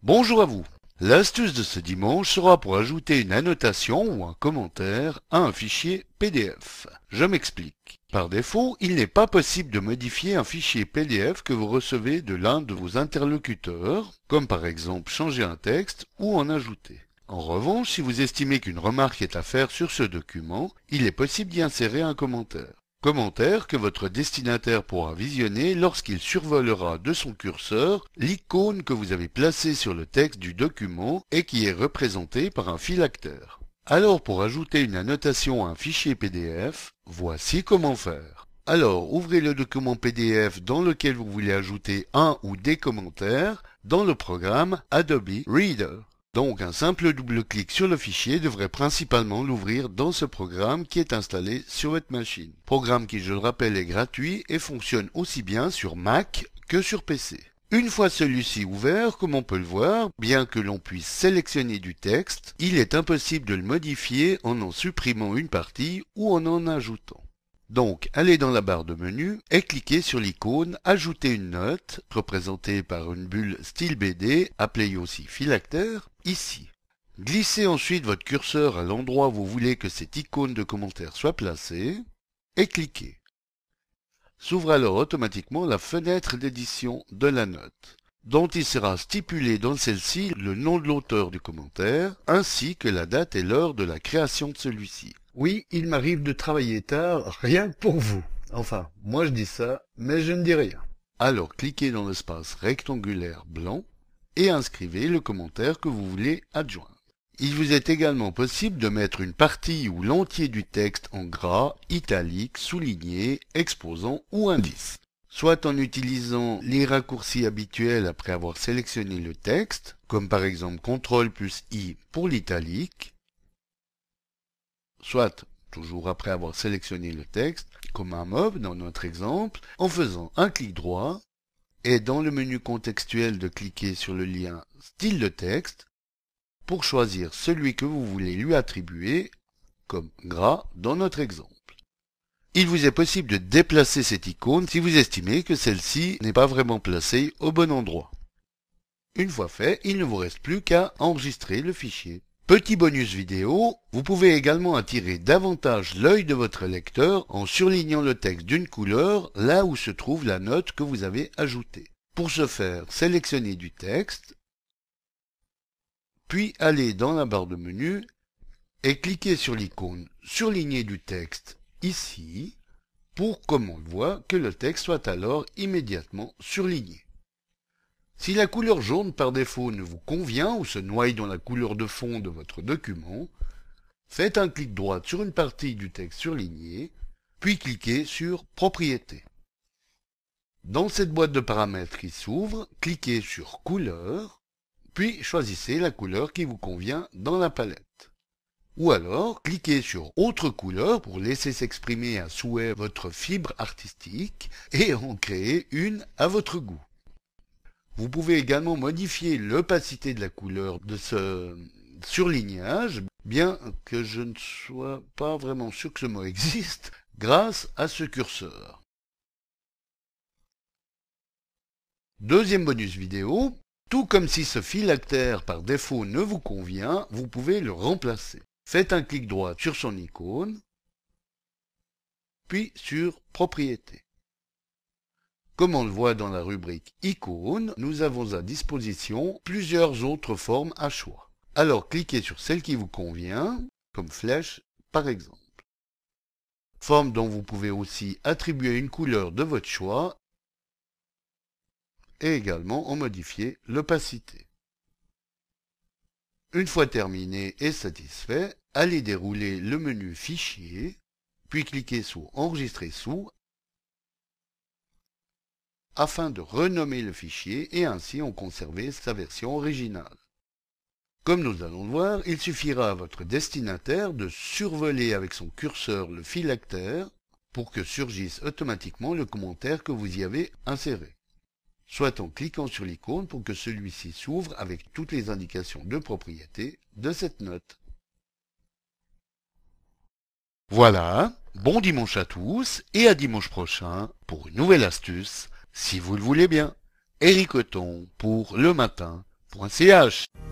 Bonjour à vous. L'astuce de ce dimanche sera pour ajouter une annotation ou un commentaire à un fichier PDF. Je m'explique. Par défaut, il n'est pas possible de modifier un fichier PDF que vous recevez de l'un de vos interlocuteurs, comme par exemple changer un texte ou en ajouter. En revanche, si vous estimez qu'une remarque est à faire sur ce document, il est possible d'y insérer un commentaire. Commentaire que votre destinataire pourra visionner lorsqu'il survolera de son curseur l'icône que vous avez placée sur le texte du document et qui est représentée par un phylactère. Alors pour ajouter une annotation à un fichier PDF, voici comment faire. Alors ouvrez le document PDF dans lequel vous voulez ajouter un ou des commentaires dans le programme Adobe Reader. Donc un simple double-clic sur le fichier devrait principalement l'ouvrir dans ce programme qui est installé sur votre machine. Programme qui, je le rappelle, est gratuit et fonctionne aussi bien sur Mac que sur PC. Une fois celui-ci ouvert, comme on peut le voir, bien que l'on puisse sélectionner du texte, il est impossible de le modifier en supprimant une partie ou en ajoutant. Donc, allez dans la barre de menu et cliquez sur l'icône « Ajouter une note » représentée par une bulle style BD, appelée aussi phylactère, ici. Glissez ensuite votre curseur à l'endroit où vous voulez que cette icône de commentaire soit placée et cliquez. S'ouvre alors automatiquement la fenêtre d'édition de la note, dont il sera stipulé dans celle-ci le nom de l'auteur du commentaire, ainsi que la date et l'heure de la création de celui-ci. Oui, il m'arrive de travailler tard, rien que pour vous. Enfin, moi je dis ça, mais je ne dis rien. Alors cliquez dans l'espace rectangulaire blanc et inscrivez le commentaire que vous voulez adjoindre. Il vous est également possible de mettre une partie ou l'entier du texte en gras, italique, souligné, exposant ou indice. Soit en utilisant les raccourcis habituels après avoir sélectionné le texte, comme par exemple CTRL+I pour l'italique, soit, toujours après avoir sélectionné le texte, comme un mob dans notre exemple, en faisant un clic droit, et dans le menu contextuel de cliquer sur le lien Style de texte, pour choisir celui que vous voulez lui attribuer, comme gras dans notre exemple. Il vous est possible de déplacer cette icône si vous estimez que celle-ci n'est pas vraiment placée au bon endroit. Une fois fait, il ne vous reste plus qu'à enregistrer le fichier. Petit bonus vidéo, vous pouvez également attirer davantage l'œil de votre lecteur en surlignant le texte d'une couleur là où se trouve la note que vous avez ajoutée. Pour ce faire, sélectionnez du texte, puis allez dans la barre de menu et cliquez sur l'icône surligner du texte ici pour, comme on le voit, que le texte soit alors immédiatement surligné. Si la couleur jaune par défaut ne vous convient ou se noie dans la couleur de fond de votre document, faites un clic droit sur une partie du texte surligné, puis cliquez sur Propriétés. Dans cette boîte de paramètres qui s'ouvre, cliquez sur Couleur, puis choisissez la couleur qui vous convient dans la palette. Ou alors, cliquez sur Autre couleur pour laisser s'exprimer à souhait votre fibre artistique et en créer une à votre goût. Vous pouvez également modifier l'opacité de la couleur de ce surlignage, bien que je ne sois pas vraiment sûr que ce mot existe, grâce à ce curseur. Deuxième bonus vidéo, tout comme si ce phylactère par défaut ne vous convient, vous pouvez le remplacer. Faites un clic droit sur son icône, puis sur Propriétés. Comme on le voit dans la rubrique Icônes, nous avons à disposition plusieurs autres formes à choix. Alors cliquez sur celle qui vous convient, comme flèche par exemple. Forme dont vous pouvez aussi attribuer une couleur de votre choix et également en modifier l'opacité. Une fois terminé et satisfait, allez dérouler le menu Fichier, puis cliquez sur Enregistrer sous afin de renommer le fichier et ainsi en conserver sa version originale. Comme nous allons le voir, il suffira à votre destinataire de survoler avec son curseur le phylactère pour que surgisse automatiquement le commentaire que vous y avez inséré, soit en cliquant sur l'icône pour que celui-ci s'ouvre avec toutes les indications de propriété de cette note. Voilà, bon dimanche à tous et à dimanche prochain pour une nouvelle astuce, si vous le voulez bien. Éric Othon pour Le Matin .ch.